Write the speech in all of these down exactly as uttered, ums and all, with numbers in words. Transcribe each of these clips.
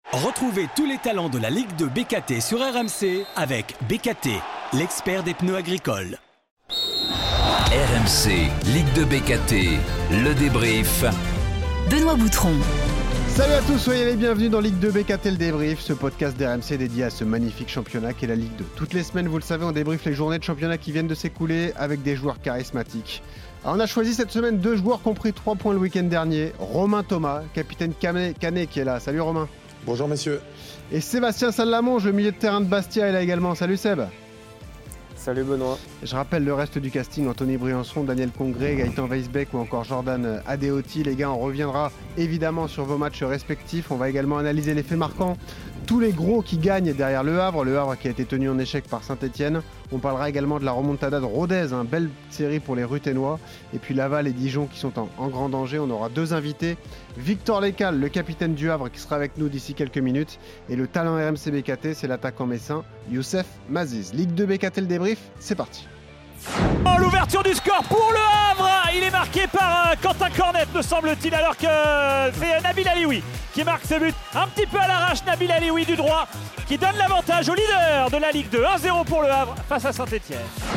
Retrouvez tous les talents de la Ligue deux B K T sur R M C avec B K T, l'expert des pneus agricoles. R M C, Ligue deux B K T, le débrief. Benoît Boutron. Salut à tous, soyez les bienvenus dans Ligue deux B K T, le débrief, ce podcast d'R M C dédié à ce magnifique championnat qu'est la Ligue deux. Toutes les semaines, vous le savez, on débriefe les journées de championnat qui viennent de s'écouler avec des joueurs charismatiques. Alors on a choisi cette semaine deux joueurs qui ont pris trois points le week-end dernier. Romain Thomas, capitaine Canet, Canet qui est là. Salut Romain. Bonjour messieurs. Et Sébastien Salamonge, le milieu de terrain de Bastia, est là également. Salut Seb. Salut Benoît. Je rappelle le reste du casting: Anthony Briançon, Daniel Congré, Gaëtan Weisbeck ou encore Jordan Adeoti. Les gars, on reviendra évidemment sur vos matchs respectifs. On va également analyser les faits marquants. Tous les gros qui gagnent derrière Le Havre, Le Havre qui a été tenu en échec par Saint-Etienne. On parlera également de la remontada de Rodez, hein, belle série pour les Ruthénois. Et puis Laval et Dijon qui sont en, en grand danger. On aura deux invités. Victor Lécal, le capitaine du Havre, qui sera avec nous d'ici quelques minutes. Et le talent R M C B K T, c'est l'attaquant messin, Youssef Maziz. Ligue deux B K T, le débrief, c'est parti. Oh, l'ouverture du score pour Le Havre. Il est marqué par euh, Quentin Cornet, me semble-t-il, alors que euh, c'est Nabil Alioui qui marque ce but. Un petit peu à l'arrache, Nabil Alioui du droit, qui donne l'avantage au leader de la Ligue deux. un zéro pour Le Havre face à Saint-Etienne.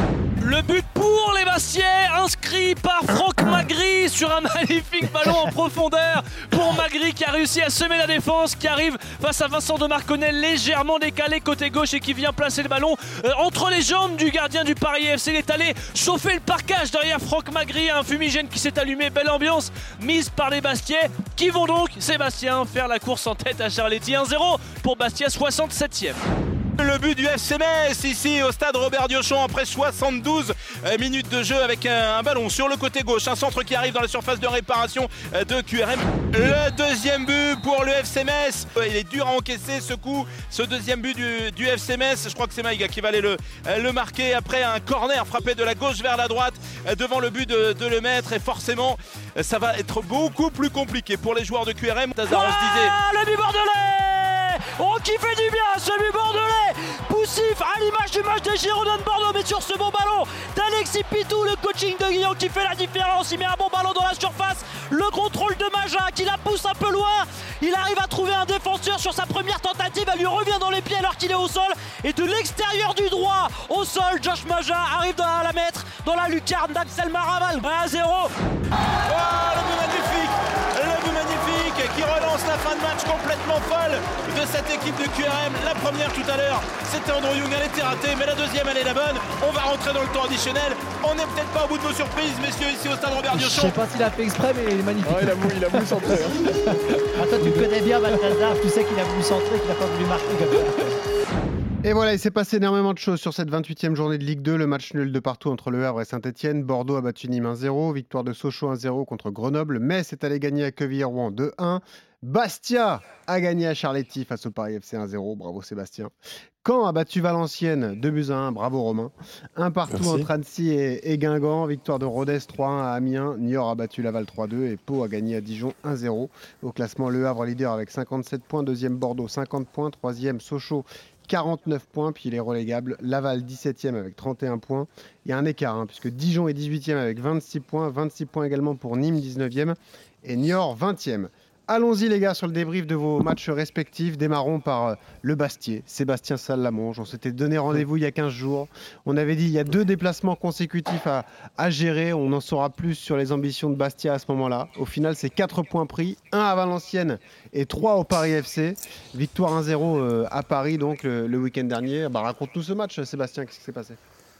Le but pour les Bastiais, inscrit par Franck Magri sur un magnifique ballon en profondeur pour Magri qui a réussi à semer la défense, qui arrive face à Vincent de Marconnet légèrement décalé côté gauche et qui vient placer le ballon euh, entre les jambes du gardien du Paris F C. Il est allé chauffer le parquage derrière Franck Magri, un fumigène qui s'est allumé. Belle ambiance mise par les Bastiais qui vont donc, Sébastien, faire la course en tête à Charletti. un zéro pour Bastia, soixante-septième. Le but du F C Metz ici au stade Robert Diochon après soixante-douze minutes de jeu avec un, un ballon sur le côté gauche, un centre qui arrive dans la surface de réparation de Q R M. Le deuxième but pour le F C Metz, il est dur à encaisser ce coup, ce deuxième but du, du F C Metz. Je crois que c'est Maïga qui va aller le, le marquer après un corner frappé de la gauche vers la droite devant le but de, de le mettre, et forcément ça va être beaucoup plus compliqué pour les joueurs de Q R M. Ah, le but bordelais. Oh, qui fait du bien ce but bordelais, poussif à l'image du match des Girondins de Bordeaux, mais sur ce bon ballon d'Alexis Pitou, le coaching de Guillaume qui fait la différence. Il met un bon ballon dans la surface, le contrôle de Maja qui la pousse un peu loin, il arrive à trouver un défenseur sur sa première tentative, elle lui revient dans les pieds alors qu'il est au sol, et de l'extérieur du droit au sol, Josh Maja arrive à la mettre dans la lucarne d'Axel Maraval. un à zéro. Oh, le but magnifique, le but magnifique qui relance la fin de match complètement folle de cette équipe de Q R M. La première tout à l'heure, c'était Andrew Young, elle était ratée, mais la deuxième, elle est la bonne. On va rentrer dans le temps additionnel. On n'est peut-être pas au bout de nos surprises, messieurs, ici au stade Robert Diochon. Je sais pas s'il a fait exprès, mais il est magnifique. Oh, il a voulu, il a voulu centrer. Hein. Ah, toi, tu connais bien Balthazar, tu sais qu'il a voulu centrer, qu'il n'a pas voulu marquer comme ça. Et voilà, il s'est passé énormément de choses sur cette vingt-huitième journée de Ligue deux. Le match nul de partout entre Le Havre et Saint-Etienne. Bordeaux a battu Nîmes un zéro. Victoire de Sochaux un zéro contre Grenoble. Metz est allé gagner à Quevilly-Rouen deux un. Bastia a gagné à Charletti face au Paris F C un zéro. Bravo Sébastien. Caen a battu Valenciennes deux buts à un. Bravo Romain. Un partout Merci. entre Annecy et, et Guingamp. Victoire de Rodez trois un à Amiens. Niort a battu Laval trois deux. Et Pau a gagné à Dijon un zéro. Au classement, Le Havre leader avec cinquante-sept points. Deuxième Bordeaux cinquante points. Troisième Sochaux quarante-neuf points, puis il est relégable. Laval dix-septième avec trente et un points. Il y a un écart, hein, puisque Dijon est dix-huitième avec vingt-six points. vingt-six points également pour Nîmes, dix-neuvième. Et Niort, vingtième. Allons-y les gars sur le débrief de vos matchs respectifs. Démarrons par euh, le Bastier, Sébastien Salamonge. On s'était donné rendez-vous il y a quinze jours. On avait dit il y a deux déplacements consécutifs à, à gérer. On en saura plus sur les ambitions de Bastia à ce moment-là. Au final, c'est quatre points pris, un à Valenciennes et trois au Paris F C. Victoire un zéro euh, à Paris donc le, le week-end dernier. Bah, raconte-nous ce match Sébastien, qu'est-ce qui s'est passé?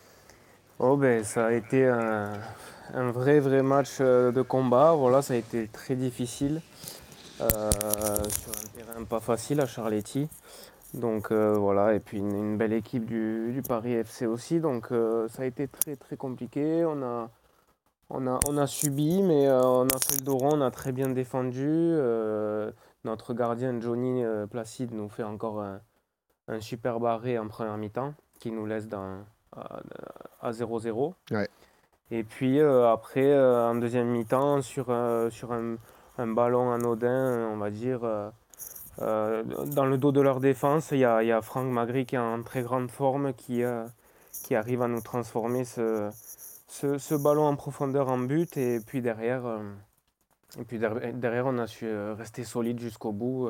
Oh ben ça a été un, un vrai vrai match de combat. Voilà, ça a été très difficile. Euh, sur un terrain pas facile à Charletti, donc euh, voilà, et puis une, une belle équipe du, du Paris F C aussi, donc euh, ça a été très très compliqué. On a, on a, on a subi, mais euh, on a fait le dos rond, on a très bien défendu. Euh, notre gardien Johnny euh, Placide nous fait encore un, un super arrêt en première mi-temps qui nous laisse dans, à, à zéro zéro. Ouais. Et puis euh, après, euh, en deuxième mi-temps, sur, euh, sur un un ballon anodin, on va dire, euh, euh, dans le dos de leur défense, il y a, y a Franck Magri qui est en très grande forme, qui, euh, qui arrive à nous transformer ce, ce, ce ballon en profondeur en but, et puis derrière, euh, et puis derrière on a su rester solide jusqu'au bout, euh,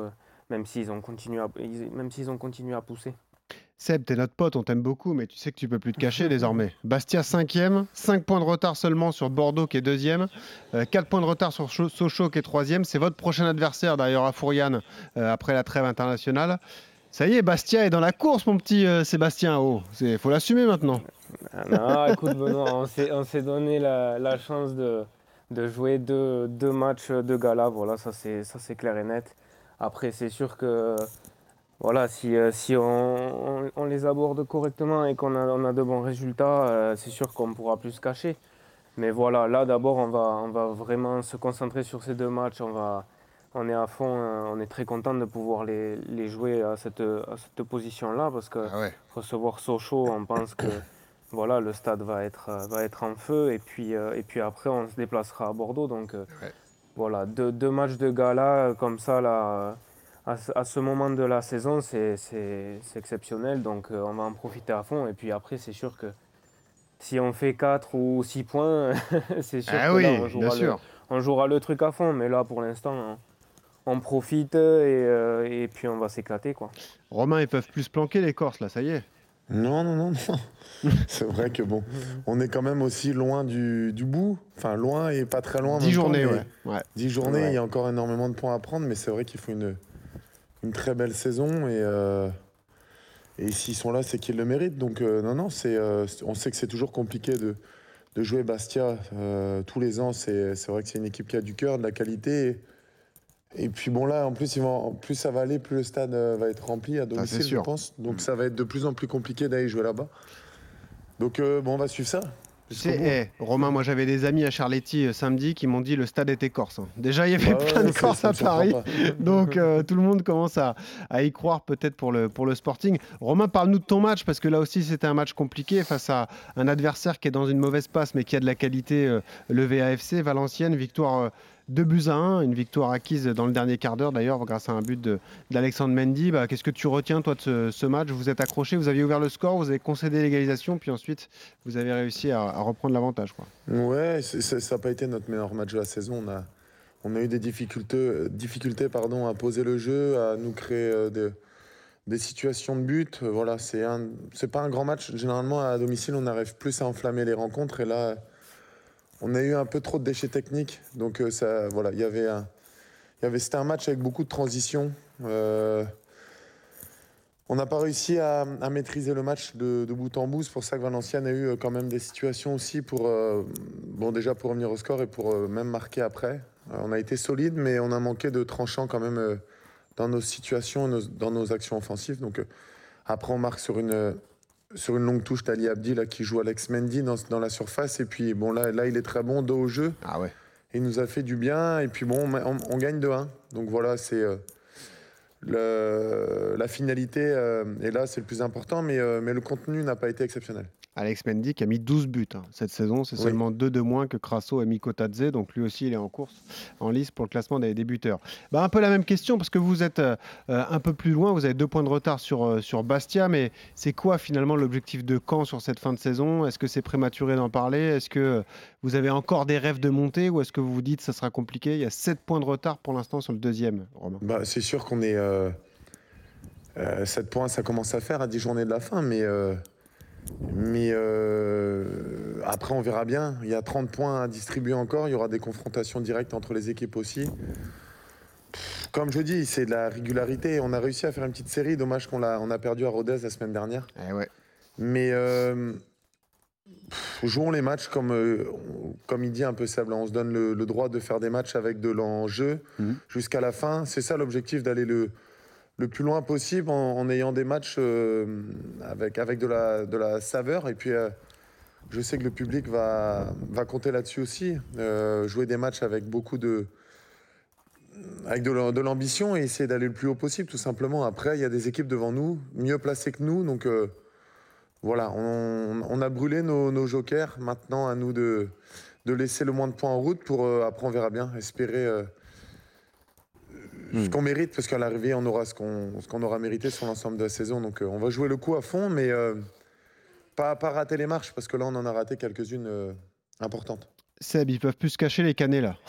même s'ils ont continué à, ils- même s'ils ont continué à pousser. Seb, t'es notre pote, on t'aime beaucoup, mais tu sais que tu peux plus te cacher désormais. Bastia cinquième, cinq points de retard seulement sur Bordeaux qui est deuxième, euh, quatre points de retard sur Cho- Sochaux qui est troisième. C'est votre prochain adversaire d'ailleurs à Fouriane euh, après la trêve internationale. Ça y est, Bastia est dans la course, mon petit euh, Sébastien. Oh, il faut l'assumer maintenant. Ah non, écoute Benoît, on s'est, on s'est donné la, la chance de, de jouer deux, deux matchs de gala, voilà, ça c'est, ça c'est clair et net. Après, c'est sûr que voilà, si, euh, si on, on- on les aborde correctement et qu'on a, on a de bons résultats, euh, c'est sûr qu'on pourra plus se cacher. Mais voilà, là d'abord, on va, on va vraiment se concentrer sur ces deux matchs. On va, on est à fond, euh, on est très content de pouvoir les, les jouer à cette, à cette position-là parce que Ah ouais. recevoir Sochaux, on pense que voilà, le stade va être, euh, va être en feu et puis, euh, et puis après, on se déplacera à Bordeaux. Donc euh, Ouais. voilà, deux, deux matchs de gala euh, comme ça, là, euh, à, ce- à ce moment de la saison, c'est, c'est, c'est exceptionnel. Donc euh, on va en profiter à fond. Et puis après, c'est sûr que si on fait quatre ou six points, c'est sûr Ah que oui, là, on bien jouera, le, sûr. on jouera le truc à fond. Mais là, pour l'instant, on, on profite et, euh, et puis on va s'éclater, quoi. Romain, ils peuvent plus se planquer les Corses là, ça y est. Non, non, non, non. C'est vrai que bon, on est quand même aussi loin du, du bout. Enfin, loin et pas très loin. en Dix même temps, journées, mais ouais. ouais. Dix journées, Ouais. il y a encore énormément de points à prendre, mais c'est vrai qu'il faut une, une très belle saison. Et, euh, et s'ils sont là, c'est qu'ils le méritent. Donc, euh, non, non, c'est, euh, on sait que c'est toujours compliqué de, de jouer Bastia euh, tous les ans. C'est, c'est vrai que c'est une équipe qui a du cœur, de la qualité. Et, et puis bon, là, en plus, ils vont, plus ça va aller, plus le stade euh, va être rempli à domicile, je sûr. pense. Donc, ça va être de plus en plus compliqué d'aller jouer là-bas. Donc, euh, bon, on va suivre ça. Tu jusqu'au sais, bout. eh, Romain, moi j'avais des amis à Charletti euh, samedi qui m'ont dit le stade était corse. hein. Déjà, il y avait Bah ouais, plein de ouais, ça- Corses ça à me surprend Paris. pas. Donc euh, tout le monde commence à, à y croire peut-être pour le, pour le Sporting. Romain, parle-nous de ton match parce que là aussi c'était un match compliqué face à un adversaire qui est dans une mauvaise passe mais qui a de la qualité, euh, le V A F C, Valenciennes, victoire euh, deux buts à un, une victoire acquise dans le dernier quart d'heure d'ailleurs grâce à un but de- d'Alexandre Mendy. Bah, qu'est-ce que tu retiens toi de ce, ce match? Vous êtes accroché, vous aviez ouvert le score, vous avez concédé l'égalisation puis ensuite vous avez réussi à, à reprendre l'avantage. quoi. Ouais, c'est- c'est- ça n'a pas été notre meilleur match de la saison. On a, on a eu des difficultés, euh, difficultés pardon, à poser le jeu, à nous créer euh, des, des situations de but. Euh, Voilà, c'est un, c'est pas un grand match. Généralement, à domicile, on arrive plus à enflammer les rencontres. Et là, on a eu un peu trop de déchets techniques. Donc, euh, ça, voilà, il y avait un, il y avait, c'était un match avec beaucoup de transitions. Euh, on n'a pas réussi à, à maîtriser le match de, de bout en bout. C'est pour ça que Valenciennes a eu euh, quand même des situations aussi pour, euh, bon, déjà pour revenir au score et pour euh, même marquer après. Euh, on a été solide, mais on a manqué de tranchant quand même euh, dans nos situations, nos- dans nos actions offensives. Donc euh, après, on marque sur une, euh, sur une longue touche d'Ali Abdi là, qui joue Alex Mendy dans, dans la surface. Et puis bon, là, là, il est très bon, dos au jeu. Ah ouais. Il nous a fait du bien. Et puis bon, on, on- on gagne deux un. Donc voilà, c'est euh, le- la finalité. euh, et là, c'est le plus important. Mais, euh, mais le contenu n'a pas été exceptionnel. Alex Mendy qui a mis douze buts hein, cette saison, c'est Oui. seulement deux de moins que Crasso et Mikotadze, donc lui aussi il est en course, en lice pour le classement des débuteurs. Bah, un peu la même question parce que vous êtes euh, un peu plus loin, vous avez deux points de retard sur, euh, sur Bastia, mais c'est quoi finalement l'objectif de Caen sur cette fin de saison? Est-ce que c'est prématuré d'en parler? Est-ce que vous avez encore des rêves de monter ou est-ce que vous vous dites que ça sera compliqué? Il y a sept points de retard pour l'instant sur le deuxième, Romain. Bah, c'est sûr qu'on est. Euh, euh, sept points, ça commence à faire à dix journées de la fin. Mais, euh, mais euh, après, on verra bien. Il y a trente points à distribuer encore. Il y aura des confrontations directes entre les équipes aussi. Pff, Comme je dis, c'est de la régularité. On a réussi à faire une petite série. Dommage qu'on l'a, on a perdu à Rodez la semaine dernière. Eh ouais. Mais euh, pff, jouons les matchs comme, euh, comme il dit un peu Sable. On se donne le, le droit de faire des matchs avec de l'enjeu Mhm. jusqu'à la fin. C'est ça l'objectif, d'aller le, le plus loin possible en, en ayant des matchs euh, avec, avec de, la, de la saveur. Et puis, euh, je sais que le public va, va compter là-dessus aussi. Euh, jouer des matchs avec beaucoup de... avec de, l'am- de l'ambition et essayer d'aller le plus haut possible, tout simplement. Après, il y a des équipes devant nous, mieux placées que nous. Donc, euh, voilà, on, on a brûlé nos, nos jokers. Maintenant, à nous de, de laisser le moins de points en route pour, euh, après, on verra bien, espérer euh, ce qu'on mérite, parce qu'à l'arrivée, on aura ce qu'on, ce qu'on aura mérité sur l'ensemble de la saison. Donc, euh, on va jouer le coup à fond, mais euh, pas, pas rater les marches, parce que là, on en a raté quelques-unes euh, importantes. Seb, ils peuvent plus se cacher les canets là.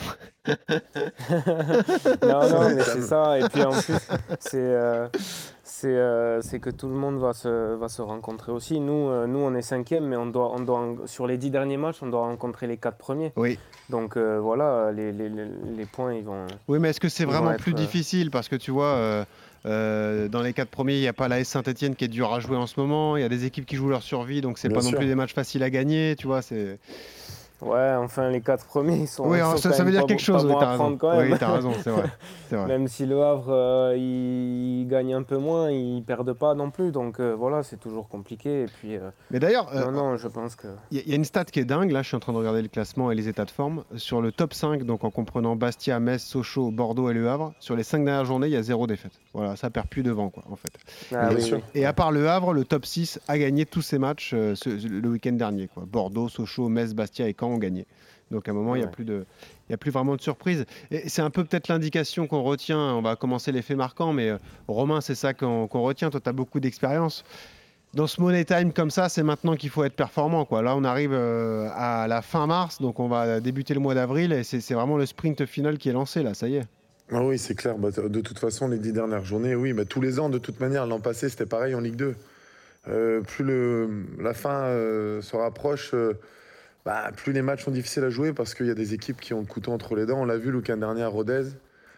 non, non, mais c'est ça. Et puis en plus, c'est, euh, c'est, euh, c'est que tout le monde va se, va se rencontrer aussi. Nous, euh, nous, on est cinquième, mais on doit, on doit, sur les dix derniers matchs, on doit rencontrer les quatre premiers. Oui. Donc euh, voilà, les, les, les points, ils vont. Oui, mais est-ce que c'est vraiment être, plus euh... difficile? Parce que tu vois, euh, euh, dans les quatre premiers, il n'y a pas l'A S Saint-Etienne qui est dur à jouer en ce moment. Il y a des équipes qui jouent leur survie, donc c'est Bien pas sûr. non plus des matchs faciles à gagner. Tu vois, c'est. Ouais, enfin, les quatre premiers, ils sont. Oui, ils alors, sont ça, ça veut dire pas, quelque chose, pas oui, bon t'as à raison. prendre quand même. Oui, t'as raison, c'est vrai. c'est vrai. Même si le Havre, euh, il, il gagne un peu moins, ils perdent pas non plus. Donc euh, voilà, c'est toujours compliqué. Et puis, euh, Mais d'ailleurs, non, euh, non, je pense que. il y, y a une stat qui est dingue. Là, je suis en train de regarder le classement et les états de forme. Sur le top cinq, donc en comprenant Bastia, Metz, Sochaux, Bordeaux et Le Havre, sur les cinq dernières journées, il y a zéro défaite. Voilà, ça perd plus devant, quoi, en fait. Ah, et, oui, oui. et à part Le Havre, le top six a gagné tous ses matchs euh, ce, le week-end dernier, quoi. Bordeaux, Sochaux, Metz, Bastia et Caen ont gagné. Donc à un moment, il n'y a, plus de, il y a plus vraiment de surprise. Et c'est un peu peut-être l'indication qu'on retient. On va commencer les faits marquants, mais euh, Romain, c'est ça qu'on, qu'on retient. Toi, tu as beaucoup d'expérience. Dans ce Money Time comme ça, c'est maintenant qu'il faut être performant, quoi. Là, on arrive euh, à la fin mars, donc on va débuter le mois d'avril. Et c'est, c'est vraiment le sprint final qui est lancé, là, ça y est. Ah oui, c'est clair. Bah, de toute façon, les dix dernières journées, oui, bah, tous les ans, de toute manière, l'an passé, c'était pareil en Ligue deux. Euh, plus le, la fin euh, se rapproche... Euh, Bah, plus les matchs sont difficiles à jouer parce qu'il y a des équipes qui ont le couteau entre les dents. On l'a vu le week-end dernier à Rodez.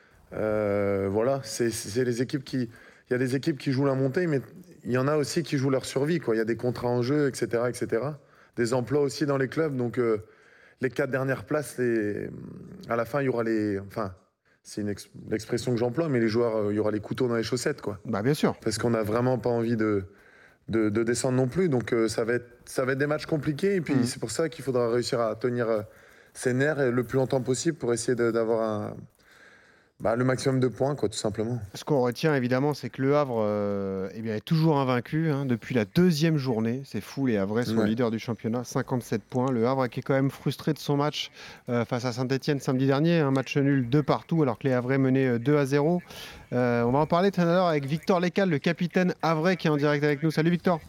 Euh, voilà, c'est, c'est les équipes qui... Il y a des équipes qui jouent la montée, mais il y en a aussi qui jouent leur survie, quoi. Il y a des contrats en jeu, et cetera, et cetera. Des emplois aussi dans les clubs. Donc, euh, les quatre dernières places, les... à la fin, il y aura les... Enfin, c'est une ex... l'expression que j'emploie, mais les joueurs, euh, il y aura les couteaux dans les chaussettes, quoi. Bah, bien sûr. Parce qu'on n'a vraiment pas envie de... De, de descendre non plus, donc euh, ça, va être, ça va être des matchs compliqués, et puis mmh. c'est pour ça qu'il faudra réussir à tenir euh, ses nerfs le plus longtemps possible pour essayer de, d'avoir un, bah, le maximum de points, quoi, tout simplement. Ce qu'on retient évidemment, c'est que Le Havre euh, eh bien, est toujours invaincu hein, depuis la deuxième journée. C'est fou, les Havrais sont ouais. leaders du championnat, cinquante-sept points. Le Havre qui est quand même frustré de son match euh, face à Saint-Etienne samedi dernier, un match nul deux partout alors que les Havrais menaient deux à zéro. Euh, on va en parler tout à l'heure avec Victor Lécal, le capitaine havrais qui est en direct avec nous. Salut Victor.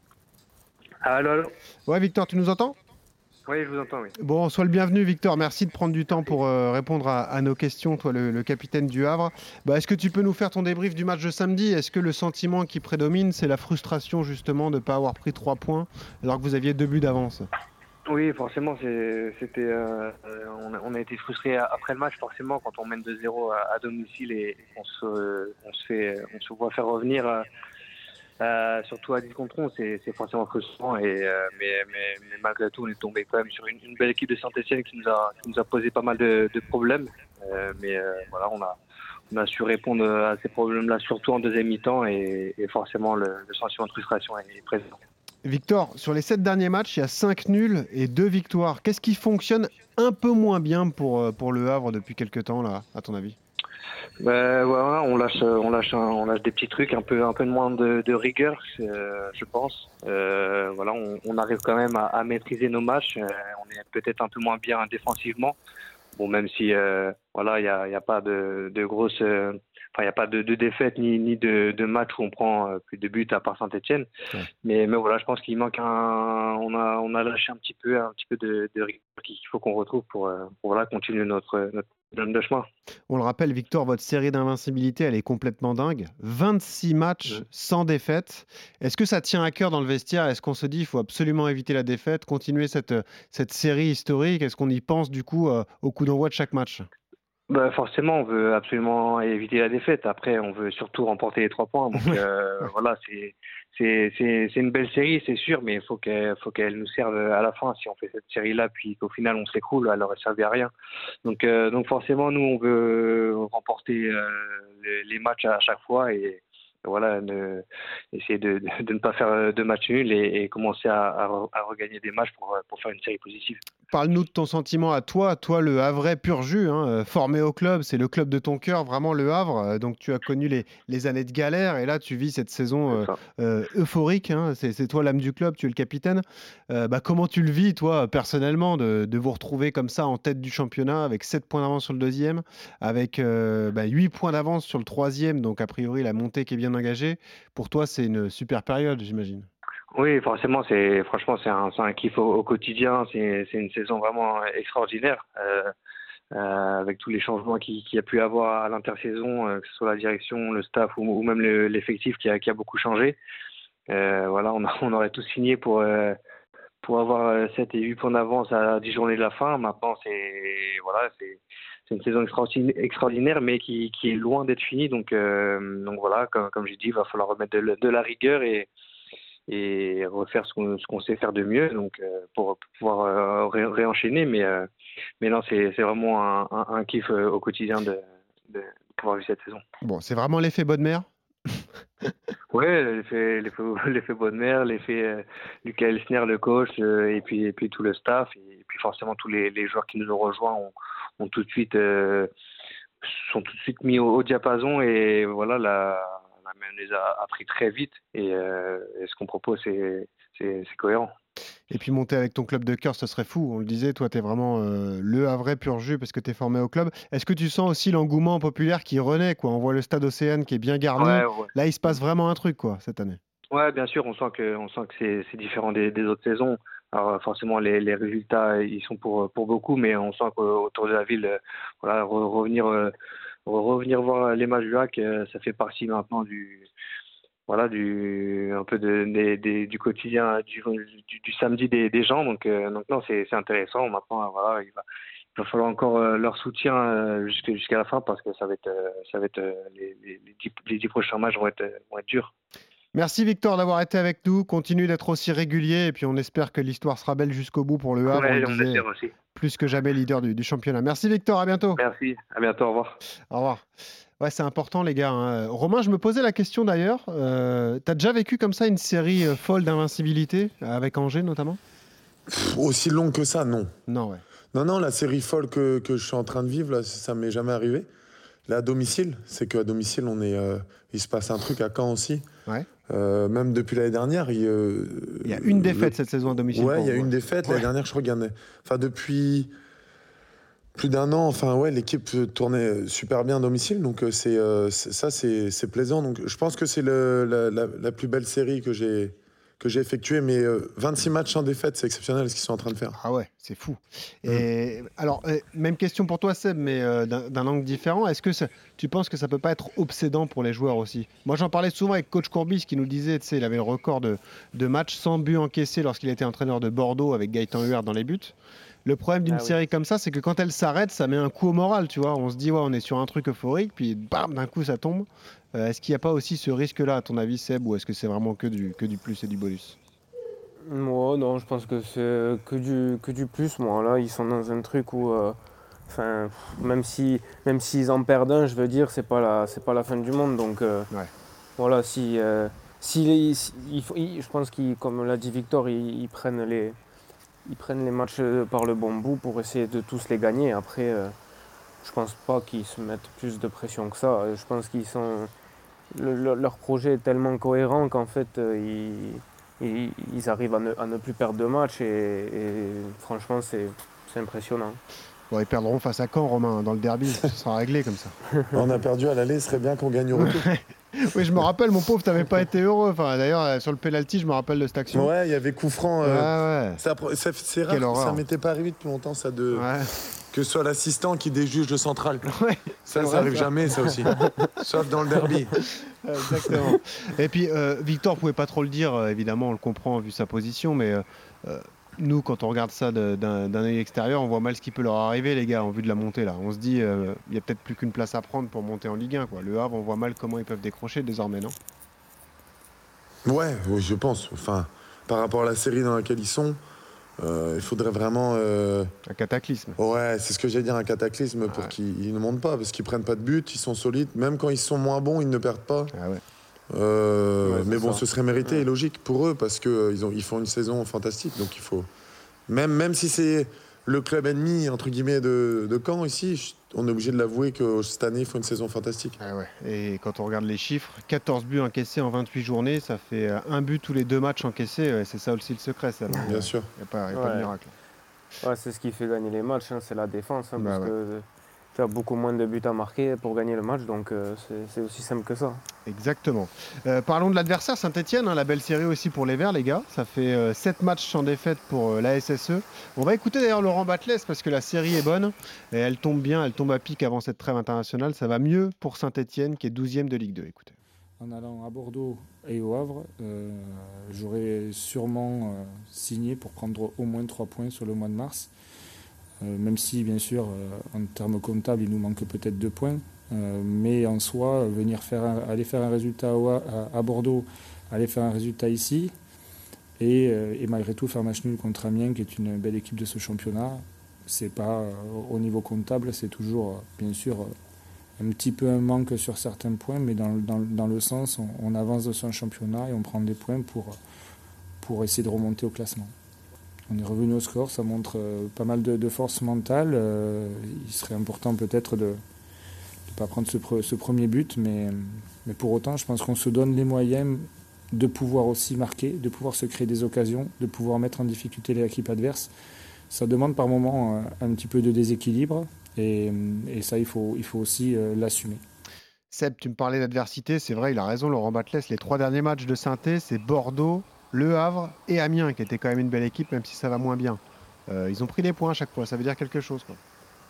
Allô, allô. Ouais Victor, tu nous entends ? Oui, je vous entends, oui. Bon, sois le bienvenu Victor, merci de prendre du temps pour euh, répondre à, à nos questions, toi le, le capitaine du Havre. Bah, est-ce que tu peux nous faire ton débrief du match de samedi ? Est-ce que le sentiment qui prédomine, c'est la frustration justement de ne pas avoir pris trois points alors que vous aviez deux buts d'avance ? Oui, forcément, c'est, c'était, euh, on, a, on a été frustrés après le match, forcément, quand on mène deux zéro à, à domicile et on se, on se fait, on se voit faire revenir, euh, euh, surtout à dix contre onze, c'est, c'est forcément frustrant. Et, euh, mais, mais, mais malgré tout, on est tombé quand même sur une, une belle équipe de Saint-Etienne qui nous a, qui nous a posé pas mal de, de problèmes. Euh, mais euh, voilà, on a, on a su répondre à ces problèmes-là, surtout en deuxième mi-temps, et, et forcément, le, le sentiment de frustration est présent. Victor, sur les sept derniers matchs, il y a cinq nuls et deux victoires. Qu'est-ce qui fonctionne un peu moins bien pour, pour Le Havre depuis quelques temps, là, à ton avis ? Ben voilà, on lâche, on lâche, on lâche des petits trucs, un peu, un peu moins de, de rigueur, euh, je pense. Euh, voilà, on, on arrive quand même à, à maîtriser nos matchs. Euh, on est peut-être un peu moins bien défensivement. Bon, même si euh, voilà, il y a, y a pas de, de grosses, euh, enfin, il y a pas de, de défaite ni, ni de, de match où on prend euh, plus de buts à part Saint-Etienne. Ouais. Mais, mais voilà, je pense qu'il manque un, on a, on a lâché un petit peu, un petit peu de, de rigueur qu'il faut qu'on retrouve pour, pour voilà, continuer notre, notre de chemin. On le rappelle, Victor, votre série d'invincibilité, elle est complètement dingue. vingt-six matchs mmh. sans défaite. Est-ce que ça tient à cœur dans le vestiaire ? Est-ce qu'on se dit qu'il faut absolument éviter la défaite, continuer cette, cette série historique ? Est-ce qu'on y pense du coup euh, au coup d'envoi de chaque match ? Bah forcément, on veut absolument éviter la défaite. Après, on veut surtout remporter les trois points. Donc euh, voilà, c'est, c'est, c'est, c'est une belle série, c'est sûr, mais il faut qu'elle, faut qu'elle nous serve à la fin. Si on fait cette série-là, puis qu'au final on s'écroule, elle n'aurait servi à rien. Donc, euh, donc forcément, nous, on veut remporter euh, les, les matchs à chaque fois et voilà, ne, essayer de, de, de ne pas faire de matchs nuls et, et commencer à, à, à regagner des matchs pour, pour faire une série positive. Parle-nous de ton sentiment à toi, toi le Havrais pur jus, hein, formé au club, c'est le club de ton cœur, vraiment le Havre. Donc tu as connu les, les années de galère et là tu vis cette saison euh, euh, euphorique. Hein, c'est, c'est toi l'âme du club, tu es le capitaine. Euh, bah, comment tu le vis toi personnellement de, de vous retrouver comme ça en tête du championnat avec sept points d'avance sur le deuxième, avec euh, bah, huit points d'avance sur le troisième, donc a priori la montée qui est bien engagée. Pour toi c'est une super période, j'imagine. Oui, forcément, c'est franchement c'est un, c'est un kiff au, au quotidien. C'est, c'est une saison vraiment extraordinaire euh, euh, avec tous les changements qu'il, qu'il y a pu avoir à l'intersaison, euh, que ce soit la direction, le staff ou, ou même le, l'effectif qui a, qui a beaucoup changé. Euh, voilà, on, a, on aurait tous signé pour euh, pour avoir sept et huit points d'avance à dix journées de la fin. Maintenant, c'est voilà, c'est c'est une saison extraordinaire, extraordinaire mais qui, qui est loin d'être finie. Donc euh, donc voilà, comme, comme j'ai dit, il va falloir remettre de, de la rigueur et et refaire ce qu'on, ce qu'on sait faire de mieux, donc euh, pour pouvoir euh, ré, réenchaîner. Mais, euh, mais non, c'est, c'est vraiment un, un, un kiff euh, au quotidien de, de pouvoir vivre cette saison. Bon, c'est vraiment l'effet bonne mère. Oui, l'effet, l'effet, l'effet bonne mère, l'effet euh, Lucas Elsner, le coach, euh, et, puis, et puis tout le staff, et, et puis forcément tous les, les joueurs qui nous ont rejoints ont, ont tout de suite, euh, sont tout de suite mis au, au diapason, et voilà, la mais on les a appris très vite et, euh, et ce qu'on propose, c'est, c'est, c'est cohérent. Et puis monter avec ton club de cœur, ce serait fou. On le disait, toi, tu es vraiment euh, le Havrais pur jus parce que tu es formé au club. Est-ce que tu sens aussi l'engouement populaire qui renaît quoi ? On voit le stade Océane qui est bien garni. Ouais, ouais. Là, il se passe vraiment un truc quoi, cette année. Ouais, bien sûr, on sent que, on sent que c'est, c'est différent des, des autres saisons. Alors forcément, les, les résultats, ils sont pour, pour beaucoup, mais on sent qu'autour de la ville, voilà, re, revenir... Euh, revenir voir les matchs du H A C, ça fait partie maintenant du voilà du un peu de, de, de du quotidien du, du, du samedi des, des gens, donc euh, donc non, c'est c'est intéressant. Maintenant voilà, il va il va falloir encore euh, leur soutien euh, jusqu'à jusqu'à la fin parce que ça va être euh, ça va être euh, les, les, les, dix, les dix prochains matchs vont être vont être durs. Merci Victor d'avoir été avec nous. Continue d'être aussi régulier et puis on espère que l'histoire sera belle jusqu'au bout pour le Havre. Ouais, on on disait, espère aussi. Plus que jamais leader du, du championnat. Merci Victor, à bientôt. Merci, à bientôt, au revoir. Au revoir. Ouais, c'est important les gars. Hein. Romain, je me posais la question d'ailleurs. Euh, T'as déjà vécu comme ça une série euh, folle d'invincibilité avec Angers notamment ? Pff, aussi longue que ça, non. Non, ouais. Non, non, la série folle que, que je suis en train de vivre, là, ça m'est jamais arrivé. Là, à domicile, c'est qu'à domicile, on est, euh, il se passe un truc à Caen aussi. Ouais. Euh, même depuis l'année dernière, il, euh, il y a une défaite le... cette saison à domicile. Ouais, il y a une défaite. Ouais. L'année dernière, je regardais. Enfin, depuis plus d'un an, enfin, ouais, l'équipe tournait super bien à domicile. Donc, c'est, euh, c'est, ça, c'est, c'est plaisant. Donc, je pense que c'est le, la, la, la plus belle série que j'ai, que j'ai effectuée. Mais euh, vingt-six matchs sans défaite, c'est exceptionnel ce qu'ils sont en train de faire. Ah ouais, c'est fou. Et mmh. alors, euh, même question pour toi, Seb, mais euh, d'un, d'un angle différent. Est-ce que ça, tu penses que ça peut pas être obsédant pour les joueurs aussi ? Moi, j'en parlais souvent avec coach Courbis qui nous disait, tu sais, il avait le record de, de matchs sans but encaissés lorsqu'il était entraîneur de Bordeaux avec Gaëtan Huard dans les buts. Le problème d'une ah, série oui. comme ça, c'est que quand elle s'arrête, ça met un coup au moral, tu vois. On se dit, ouais, on est sur un truc euphorique, puis bam, d'un coup, ça tombe. Euh, est-ce qu'il n'y a pas aussi ce risque-là, à ton avis, Seb, ou est-ce que c'est vraiment que du, que du plus et du bonus ? Moi, non, je pense que c'est que du, que du plus. Moi, là, ils sont dans un truc où, euh, enfin, même si, même s'ils en perdent un, je veux dire, c'est pas la, c'est pas la fin du monde. Donc, euh, ouais. voilà, si, euh, si, si il faut, il, je pense qu'ils, comme l'a dit Victor, ils, ils prennent les, ils prennent les matchs par le bon bout pour essayer de tous les gagner. Après, euh, je pense pas qu'ils se mettent plus de pression que ça. Je pense qu'ils sont, le, le, leur projet est tellement cohérent qu'en fait, euh, ils Et ils arrivent à ne, à ne plus perdre de match et, et franchement c'est, c'est impressionnant. Bon, ils perdront face à Caen, Romain, dans le derby, ça sera réglé comme ça. On a perdu à l'aller, ce serait bien qu'on gagne au retour. Oui, je me rappelle, mon pauvre, t'avais pas été heureux. Enfin, d'ailleurs, sur le penalty, je me rappelle de cette action. Ouais, il y avait coup franc. Euh, ouais, ouais. Ça, ça, c'est rare, que ça m'était pas arrivé depuis longtemps, ça, de ouais. que ce soit l'assistant qui déjuge le central. Ouais, ça, ça arrive jamais, ça aussi. Sauf dans le derby. Exactement. Et puis, euh, Victor pouvait pas trop le dire, euh, évidemment, on le comprend vu sa position, mais euh, nous, quand on regarde ça de, d'un, d'un œil extérieur, on voit mal ce qui peut leur arriver, les gars, en vue de la montée. Là. On se dit, il euh, y a peut-être plus qu'une place à prendre pour monter en Ligue un. Quoi. Le Havre, on voit mal comment ils peuvent décrocher désormais, non ? Ouais, oui, je pense. Enfin, par rapport à la série dans laquelle ils sont, euh, il faudrait vraiment... Euh... Un cataclysme. Ouais, c'est ce que j'allais dire, un cataclysme pour ouais. qu'ils ne montent pas, parce qu'ils prennent pas de but, ils sont solides. Même quand ils sont moins bons, ils ne perdent pas. Ah ouais. Euh, ouais, mais bon, ça. Ce serait mérité ouais. et logique pour eux parce qu'ils euh, ils font une saison fantastique. Donc il faut. Même, même si c'est le club ennemi, entre guillemets, de, de Caen ici, on est obligé de l'avouer que cette année, ils font une saison fantastique. Ah ouais. Et quand on regarde les chiffres, quatorze buts encaissés en vingt-huit journées, ça fait un but tous les deux matchs encaissés. Ouais, c'est ça aussi le secret, ça. Non Bien sûr. Il n'y a, pas, y a ouais. pas de miracle. Ouais, c'est ce qui fait gagner les matchs, hein, c'est la défense. Hein, bah parce ouais. que faire beaucoup moins de buts à marquer pour gagner le match. Donc euh, c'est aussi simple que ça. Exactement. Euh, parlons de l'adversaire Saint-Etienne, hein, la belle série aussi pour les Verts, les gars. Ça fait euh, sept matchs sans défaite pour euh, la S S E. On va écouter d'ailleurs Laurent Batles parce que la série est bonne et elle tombe bien, elle tombe à pic avant cette trêve internationale. Ça va mieux pour Saint-Etienne qui est douzième de Ligue deux. Écoutez. En allant à Bordeaux et au Havre, euh, j'aurais sûrement euh, signé pour prendre au moins trois points sur le mois de mars. Euh, même si, bien sûr, euh, en termes comptables, il nous manque peut-être deux points. Euh, mais en soi, venir faire un, aller faire un résultat à, à Bordeaux, aller faire un résultat ici, et, euh, et malgré tout faire match nul contre Amiens, qui est une belle équipe de ce championnat, c'est pas, euh, au niveau comptable, c'est toujours, euh, bien sûr, euh, un petit peu un manque sur certains points, mais dans, dans, dans le sens, on, on avance sur un championnat et on prend des points pour, pour essayer de remonter au classement. On est revenu au score, ça montre euh, pas mal de, de force mentale. Euh, il serait important peut-être de ne pas prendre ce, pre, ce premier but, mais, mais pour autant, je pense qu'on se donne les moyens de pouvoir aussi marquer, de pouvoir se créer des occasions, de pouvoir mettre en difficulté l'équipe adverse. Ça demande par moments un, un petit peu de déséquilibre. Et, et ça, il faut, il faut aussi euh, l'assumer. Seb, tu me parlais d'adversité, c'est vrai, il a raison, Laurent Batles. Les trois derniers matchs de Saint-Etienne, c'est Bordeaux, Le Havre et Amiens, qui était quand même une belle équipe, même si ça va moins bien. Euh, ils ont pris des points à chaque fois, ça veut dire quelque chose, quoi.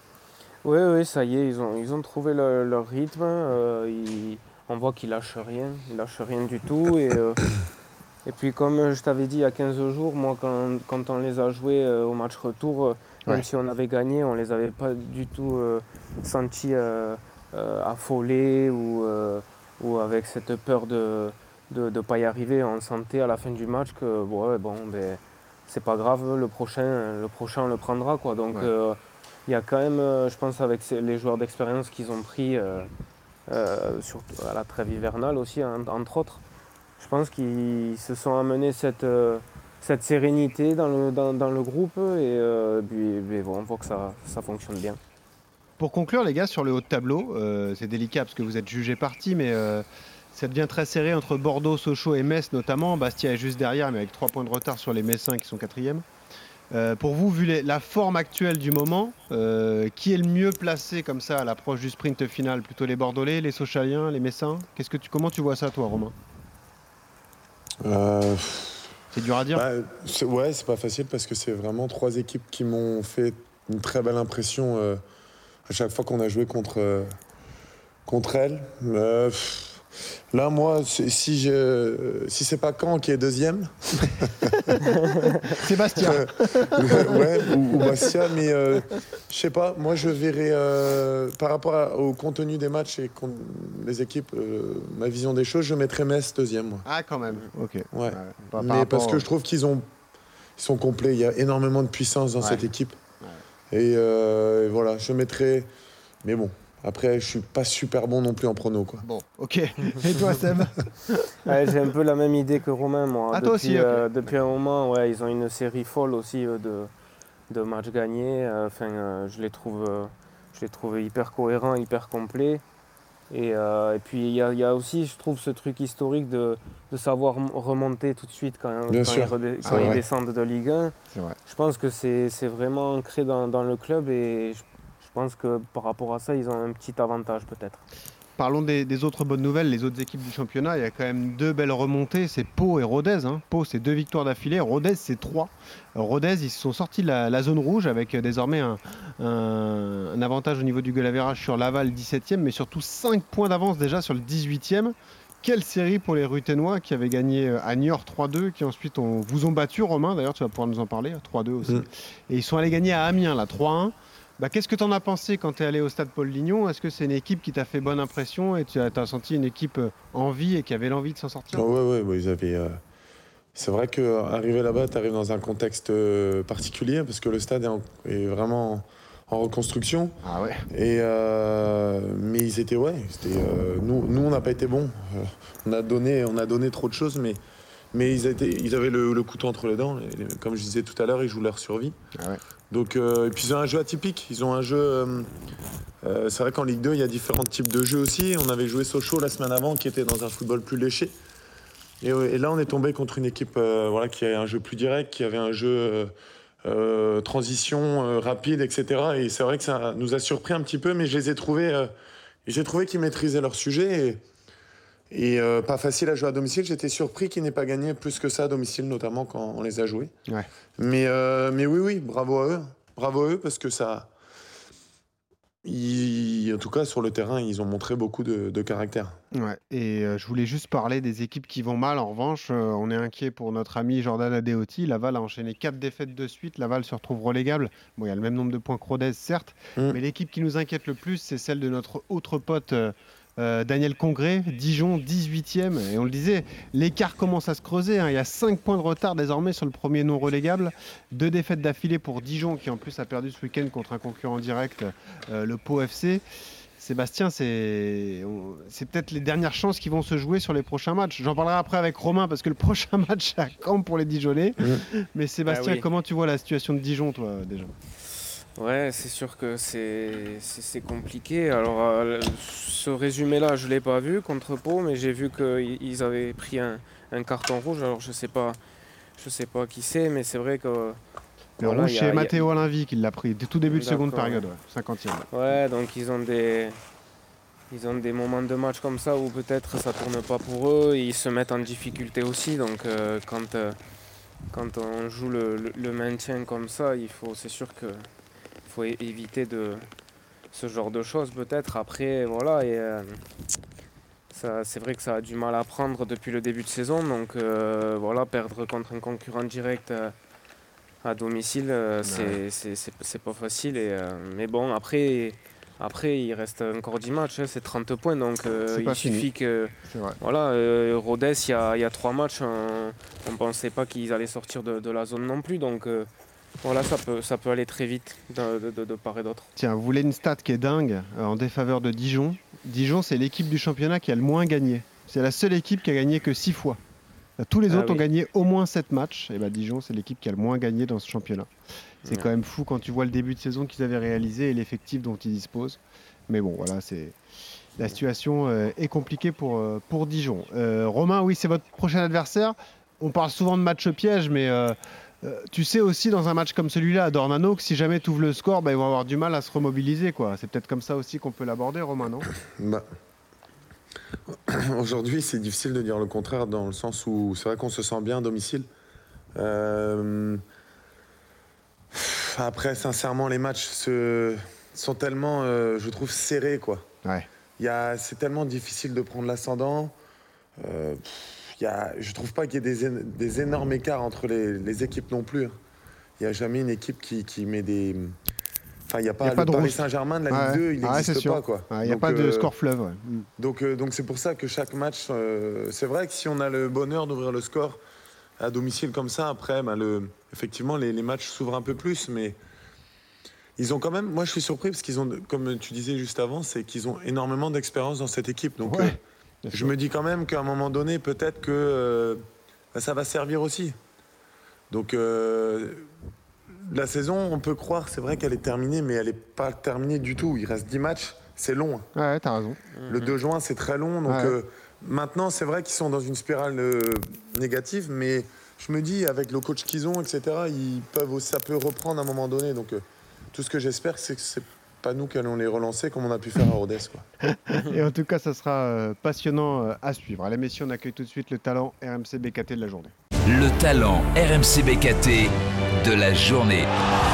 Oui, oui, ça y est, ils ont, ils ont trouvé le, leur rythme. Euh, ils, on voit qu'ils lâchent rien, ils lâchent rien du tout. Et, euh, et puis, comme je t'avais dit il y a quinze jours, moi, quand, quand on les a joués euh, au match retour, même ouais. si on avait gagné, on ne les avait pas du tout euh, sentis euh, euh, affolés ou, euh, ou avec cette peur de ne pas y arriver. On sentait à la fin du match que ouais, bon, ben, c'est pas grave, le prochain, le prochain on le prendra, quoi. Donc il ouais. euh, y a quand même, euh, je pense, avec les joueurs d'expérience qu'ils ont pris, euh, euh, surtout à la trêve hivernale aussi, hein, entre autres, je pense qu'ils se sont amenés cette... Euh, cette sérénité dans le, dans, dans le groupe et, euh, puis, puis bon, on voit que ça, ça fonctionne bien. Pour conclure les gars, sur le haut de tableau, euh, c'est délicat parce que vous êtes jugés partis, mais euh, ça devient très serré entre Bordeaux, Sochaux et Metz notamment. Bastia est juste derrière, mais avec trois points de retard sur les Messins qui sont quatrième. Euh, pour vous, vu les, la forme actuelle du moment, euh, qui est le mieux placé comme ça à l'approche du sprint final? Plutôt les Bordelais, les Sochaliens, les Messins? Qu'est-ce que tu, comment tu vois ça toi, Romain? euh... C'est dur à dire. Bah, c'est, ouais, c'est pas facile parce que c'est vraiment trois équipes qui m'ont fait une très belle impression euh, à chaque fois qu'on a joué contre, euh, contre elles. Euh, là, moi, si, je, si c'est pas Caen qui est deuxième, c'est Bastia. euh, ouais, ou, ou Bastia, mais euh, je sais pas. Moi, je verrais euh, par rapport à, au contenu des matchs et con, les équipes, euh, ma vision des choses, je mettrais Metz deuxième. Moi. Ah, quand même. Ok. Ouais. ouais par, mais par parce que je trouve qu'ils ont, ils sont complets. Il y a énormément de puissance dans ouais. cette équipe. Ouais. Et, euh, et voilà, je mettrais. Mais bon. Après, je suis pas super bon non plus en prono, quoi. Bon, ok. Et toi, Seb? Ouais, j'ai un peu la même idée que Romain, moi. Ah, depuis, toi aussi, okay. euh, depuis un moment, ouais, ils ont une série folle aussi euh, de, de matchs gagnés. Enfin, euh, je les trouve, euh, je les trouve hyper cohérents, hyper complets. Et, euh, et puis il y, y a aussi, je trouve, ce truc historique de, de savoir remonter tout de suite quand, quand, ils, redé- quand ils descendent de Ligue un. Je pense que c'est, c'est vraiment ancré dans, dans le club et je, je pense que par rapport à ça, ils ont un petit avantage peut-être. Parlons des, des autres bonnes nouvelles, les autres équipes du championnat. Il y a quand même deux belles remontées, c'est Pau et Rodez. Hein. Pau, c'est deux victoires d'affilée, Rodez, c'est trois. Rodez, ils se sont sortis de la, la zone rouge avec désormais un, un, un avantage au niveau du goal average sur Laval, dix-septième, mais surtout cinq points d'avance déjà sur le dix-huitième. Quelle série pour les Ruténois qui avaient gagné à Niort trois deux, qui ensuite ont, vous ont battu, Romain, d'ailleurs, tu vas pouvoir nous en parler, trois deux aussi. Mmh. Et ils sont allés gagner à Amiens, là, trois un. Bah, qu'est-ce que tu en as pensé quand tu es allé au stade Paul Lignon? Est-ce que c'est une équipe qui t'a fait bonne impression et tu as, as senti une équipe en vie et qui avait l'envie de s'en sortir? Oui, ouais, ouais, ils avaient. Euh... C'est vrai qu'arriver là-bas, tu arrives dans un contexte euh, particulier parce que le stade est, en... est vraiment en reconstruction. Ah ouais. Et euh... Mais ils étaient, ouais. C'était, euh... nous, nous, on n'a pas été bons. Euh, on, a donné, on a donné trop de choses, mais, mais ils, étaient... ils avaient le, le couteau entre les dents. Et, comme je disais tout à l'heure, ils jouent leur survie. Ah ouais. Donc, euh, et puis ils ont un jeu atypique. Ils ont un jeu. Euh, euh, c'est vrai qu'en Ligue deux, il y a différents types de jeux aussi. On avait joué Sochaux la semaine avant, qui était dans un football plus léché. Et, et là, on est tombé contre une équipe euh, voilà, qui avait un jeu plus direct, qui avait un jeu euh, euh, transition euh, rapide, et cetera. Et c'est vrai que ça nous a surpris un petit peu, mais je les ai trouvés, euh, j'ai trouvé qu'ils maîtrisaient leur sujet. Et, et euh, pas facile à jouer à domicile. J'étais surpris qu'ils n'aient pas gagné plus que ça à domicile, notamment quand on les a joués. Ouais. Mais, euh, mais oui, oui, bravo à eux. Bravo à eux parce que ça... Ils, en tout cas, sur le terrain, ils ont montré beaucoup de, de caractère. Ouais. Et euh, je voulais juste parler des équipes qui vont mal. En revanche, euh, on est inquiet pour notre ami Jordan Adeoti. Laval a enchaîné quatre défaites de suite. Laval se retrouve relégable. Bon, il y a le même nombre de points que Rodez, certes. Mm. Mais l'équipe qui nous inquiète le plus, c'est celle de notre autre pote... Euh, Euh, Daniel Congré, Dijon dix-huitième, et on le disait, l'écart commence à se creuser, hein. Il y a cinq points de retard désormais sur le premier non relégable, deux défaites d'affilée pour Dijon qui en plus a perdu ce week-end contre un concurrent direct, euh, le Pau F C. Sébastien, c'est... c'est peut-être les dernières chances qui vont se jouer sur les prochains matchs. J'en parlerai après avec Romain parce que le prochain match c'est à Caen pour les Dijonais. Mmh. Mais Sébastien, ah oui. Comment tu vois la situation de Dijon, toi, déjà ? Ouais, c'est sûr que c'est, c'est, c'est compliqué. Alors, euh, ce résumé-là, je ne l'ai pas vu contre Pau, mais j'ai vu qu'ils avaient pris un, un carton rouge. Alors, je ne sais pas, je sais pas qui c'est, mais c'est vrai que... Le voilà, rouge, c'est Matteo Alinvi qui l'a pris, tout début de seconde période, ouais, cinquantième. Ouais, donc ils ont, des, ils ont des moments de match comme ça où peut-être ça ne tourne pas pour eux, et ils se mettent en difficulté aussi. Donc, euh, quand, euh, quand on joue le, le, le maintien comme ça, il faut, c'est sûr que... faut éviter de ce genre de choses peut-être. Après, voilà, et euh, ça, c'est vrai que ça a du mal à prendre depuis le début de saison. Donc euh, voilà, perdre contre un concurrent direct euh, à domicile, euh, c'est, ouais. c'est, c'est, c'est pas facile. Et, euh, mais bon, après, après, il reste encore dix matchs, hein, c'est trente points. Donc euh, il suffit fini. que... Voilà, euh, Rodez, il y a, il y a trois matchs, on ne pensait pas qu'ils allaient sortir de, de la zone non plus. Donc... Euh, Voilà, ça peut, ça peut aller très vite de, de, de part et d'autre. Tiens, vous voulez une stat qui est dingue euh, en défaveur de Dijon. Dijon, c'est l'équipe du championnat qui a le moins gagné. C'est la seule équipe qui a gagné que six fois. Tous les ah autres oui. ont gagné au moins sept matchs. Et ben Dijon, c'est l'équipe qui a le moins gagné dans ce championnat. C'est ouais. quand même fou quand tu vois le début de saison qu'ils avaient réalisé et l'effectif dont ils disposent. Mais bon, voilà, c'est... la situation euh, est compliquée pour, euh, pour Dijon. Euh, Romain, oui, c'est votre prochain adversaire. On parle souvent de match piège, mais... Euh, Euh, tu sais aussi dans un match comme celui-là à Dornano que si jamais tu ouvres le score, bah, ils vont avoir du mal à se remobiliser, quoi. C'est peut-être comme ça aussi qu'on peut l'aborder, Romain, non ? bah. Aujourd'hui, c'est difficile de dire le contraire dans le sens où c'est vrai qu'on se sent bien à domicile. Euh... Après, sincèrement, les matchs se... sont tellement, euh, je trouve, serrés, quoi. Ouais. Il y a... C'est tellement difficile de prendre l'ascendant. Euh... Il y a, je ne trouve pas qu'il y ait des, des énormes écarts entre les, les équipes non plus. Il n'y a jamais une équipe qui, qui met des... Enfin, il n'y a pas, a pas le Paris Saint-Germain de la Ligue ouais. deux, il n'existe ah, pas. Quoi. Il n'y a pas de euh, score fleuve. Ouais. Donc, euh, donc c'est pour ça que chaque match... Euh, c'est vrai que si on a le bonheur d'ouvrir le score à domicile comme ça, après, bah, le, effectivement, les, les matchs s'ouvrent un peu plus, mais... Ils ont quand même... Moi, je suis surpris parce qu'ils ont, comme tu disais juste avant, c'est qu'ils ont énormément d'expérience dans cette équipe. Donc, ouais. euh, je me dis quand même qu'à un moment donné, peut-être que euh, bah, ça va servir aussi. Donc, euh, la saison, on peut croire, c'est vrai qu'elle est terminée, mais elle n'est pas terminée du tout. Il reste dix matchs, c'est long. Ouais, t'as raison. Le deux juin, c'est très long. Donc, ouais. euh, maintenant, c'est vrai qu'ils sont dans une spirale euh, négative, mais je me dis, avec le coach qu'ils ont, et cetera, ils peuvent, ça peut reprendre à un moment donné. Donc, euh, tout ce que j'espère, c'est que c'est pas nous qui allons les relancer comme on a pu faire à Rodez, quoi. Et en tout cas, ça sera euh, passionnant euh, à suivre. Allez, messieurs, on accueille tout de suite le talent R M C B K T de la journée. Le talent R M C B K T de la journée.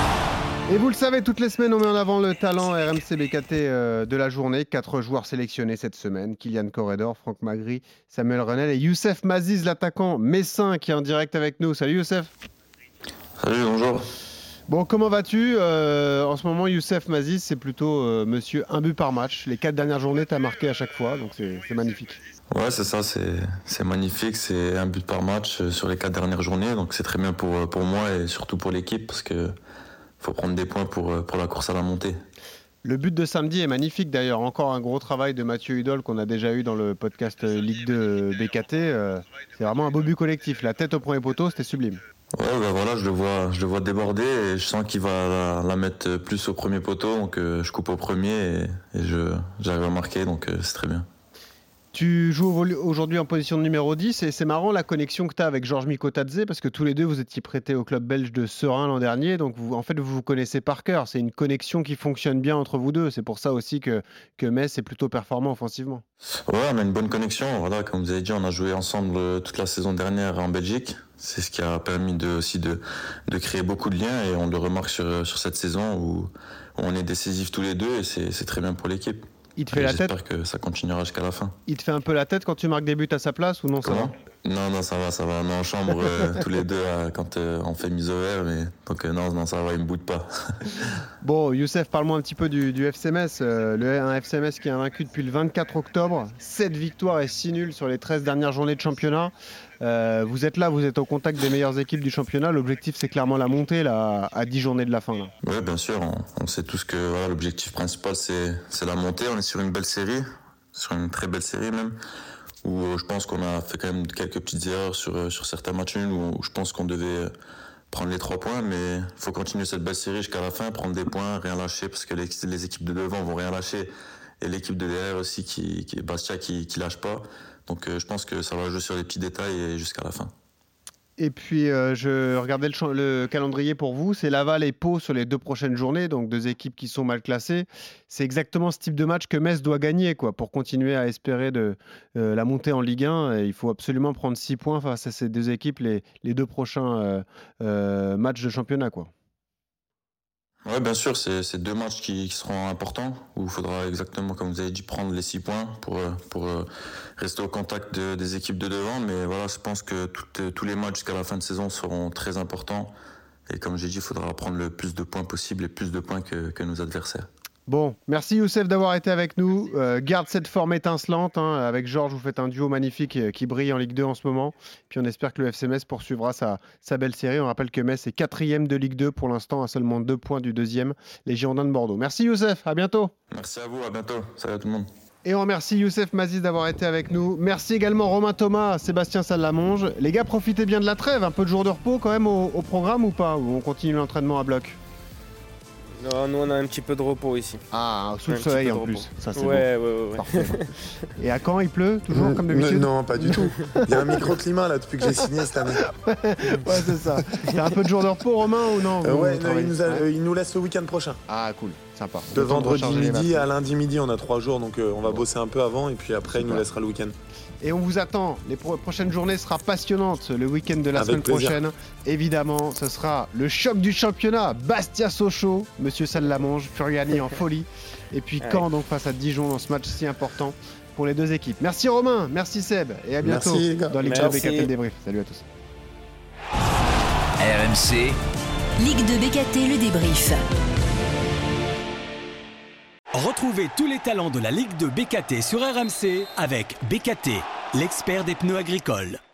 Et vous le savez, toutes les semaines, on met en avant le talent R M C B K T euh, de la journée. Quatre joueurs sélectionnés cette semaine. Kylian Corredor, Franck Magri, Samuel Renel et Youssef Maziz, l'attaquant messin qui est en direct avec nous. Salut Youssef. Salut, bonjour. Bon, comment vas-tu euh, en ce moment, Youssef Maziz, c'est plutôt euh, monsieur un but par match. Les quatre dernières journées, tu as marqué à chaque fois, donc c'est, c'est magnifique. Ouais, c'est ça, c'est, c'est magnifique. C'est un but par match sur les quatre dernières journées, donc c'est très bien pour, pour moi et surtout pour l'équipe parce qu'il faut prendre des points pour, pour la course à la montée. Le but de samedi est magnifique d'ailleurs. Encore un gros travail de Mathieu Hudol qu'on a déjà eu dans le podcast Ligue deux B K T. Euh, c'est vraiment un beau but collectif. La tête au premier poteau, c'était sublime. Ouais, bah voilà, je le vois, je le vois déborder et je sens qu'il va la, la mettre plus au premier poteau, donc euh, je coupe au premier et, et je, j'arrive à marquer, donc euh, c'est très bien. Tu joues aujourd'hui en position de numéro dix et c'est marrant la connexion que tu as avec Georges Mikotadze parce que tous les deux vous étiez prêtés au club belge de Seraing l'an dernier, donc vous, en fait vous vous connaissez par cœur. C'est une connexion qui fonctionne bien entre vous deux. C'est pour ça aussi que, que Metz est plutôt performant offensivement. Ouais, on a une bonne connexion. Voilà, comme vous avez dit, on a joué ensemble toute la saison dernière en Belgique. C'est ce qui a permis de, aussi de, de créer beaucoup de liens et on le remarque sur, sur cette saison où, où on est décisifs tous les deux et c'est, c'est très bien pour l'équipe. Il te fait la tête. J'espère que ça continuera jusqu'à la fin. Il te fait un peu la tête quand tu marques des buts à sa place ou non? Comment? Ça va? Non, non, ça va, ça va. On est en chambre euh, tous les deux euh, quand euh, on fait mise au vert, mais donc euh, non, non, ça va, il me boude pas. Bon, Youssef, parle-moi un petit peu du, du F C Metz. Euh, le, un F C Metz qui est invaincu depuis le vingt-quatre octobre, sept victoires et six nuls sur les treize dernières journées de championnat. Euh, vous êtes là, vous êtes au contact des meilleures équipes du championnat. L'objectif, c'est clairement la montée là, à dix journées de la fin. Oui, bien sûr. On, on sait tous que voilà, l'objectif principal, c'est, c'est la montée. On est sur une belle série, sur une très belle série même, où euh, je pense qu'on a fait quand même quelques petites erreurs sur, sur certains matchs nuls, où, où je pense qu'on devait prendre les trois points, mais il faut continuer cette belle série jusqu'à la fin, prendre des points, rien lâcher, parce que les, les équipes de devant vont rien lâcher, et l'équipe de derrière aussi, qui, qui Bastia, qui, qui lâche pas. Donc euh, je pense que ça va jouer sur les petits détails et jusqu'à la fin. Et puis euh, je regardais le, le calendrier pour vous, c'est Laval et Pau sur les deux prochaines journées, donc deux équipes qui sont mal classées. C'est exactement ce type de match que Metz doit gagner quoi, pour continuer à espérer de, euh, la montée en Ligue un. Et il faut absolument prendre six points face à ces deux équipes les, les deux prochains euh, euh, matchs de championnat, quoi. Oui, bien sûr, c'est, c'est deux matchs qui, qui seront importants, où il faudra exactement, comme vous avez dit, prendre les six points pour, pour rester au contact de, des équipes de devant. Mais voilà, je pense que tout, tous les matchs jusqu'à la fin de saison seront très importants. Et comme j'ai dit, il faudra prendre le plus de points possible et plus de points que, que nos adversaires. Bon, merci Youssef d'avoir été avec nous. Euh, garde cette forme étincelante. Hein. Avec Georges, vous faites un duo magnifique euh, qui brille en Ligue deux en ce moment. Puis on espère que le F C Metz poursuivra sa, sa belle série. On rappelle que Metz est quatrième de Ligue deux pour l'instant, à seulement deux points du deuxième, les Girondins de Bordeaux. Merci Youssef, à bientôt. Merci à vous, à bientôt. Salut à tout le monde. Et on remercie Youssef Maziz d'avoir été avec nous. Merci également Romain Thomas, Sébastien Salamonge. Les gars, profitez bien de la trêve. Un peu de jours de repos quand même au, au programme ou pas? Ou on continue l'entraînement à bloc? Non, nous on a un petit peu de repos ici. Ah, sous le soleil en plus. Ça, c'est ouais, bon. ouais, ouais, ouais. Parfait. Et à Caen, il pleut toujours mmh, comme d'habitude? Non, pas du tout. Il y a un microclimat là depuis que j'ai signé cette année. Ouais, c'est ça. Il y a un peu de jour de repos, Romain, ou non? euh, Ouais, non, il, nous a, ouais. il nous laisse le week-end prochain. Ah, cool. Sympa. De vendredi midi à lundi midi, on a trois jours, donc euh, on va bosser un peu avant et puis après, Super. Il nous laissera le week-end. Et on vous attend. Les pro- prochaines journées sera passionnante. Le week-end de la Avec semaine plaisir. prochaine, évidemment, ce sera le choc du championnat. Bastia-Sochaux, Monsieur Salamonge, Furiani en folie. Et puis Caen, ouais. donc face à Dijon dans ce match si important pour les deux équipes. Merci Romain, merci Seb, et à bientôt merci, dans Ligue deux B K T le débrief. Salut à tous. R M C Ligue deux B K T le débrief. Retrouvez tous les talents de la Ligue deux B K T sur R M C avec B K T, l'expert des pneus agricoles.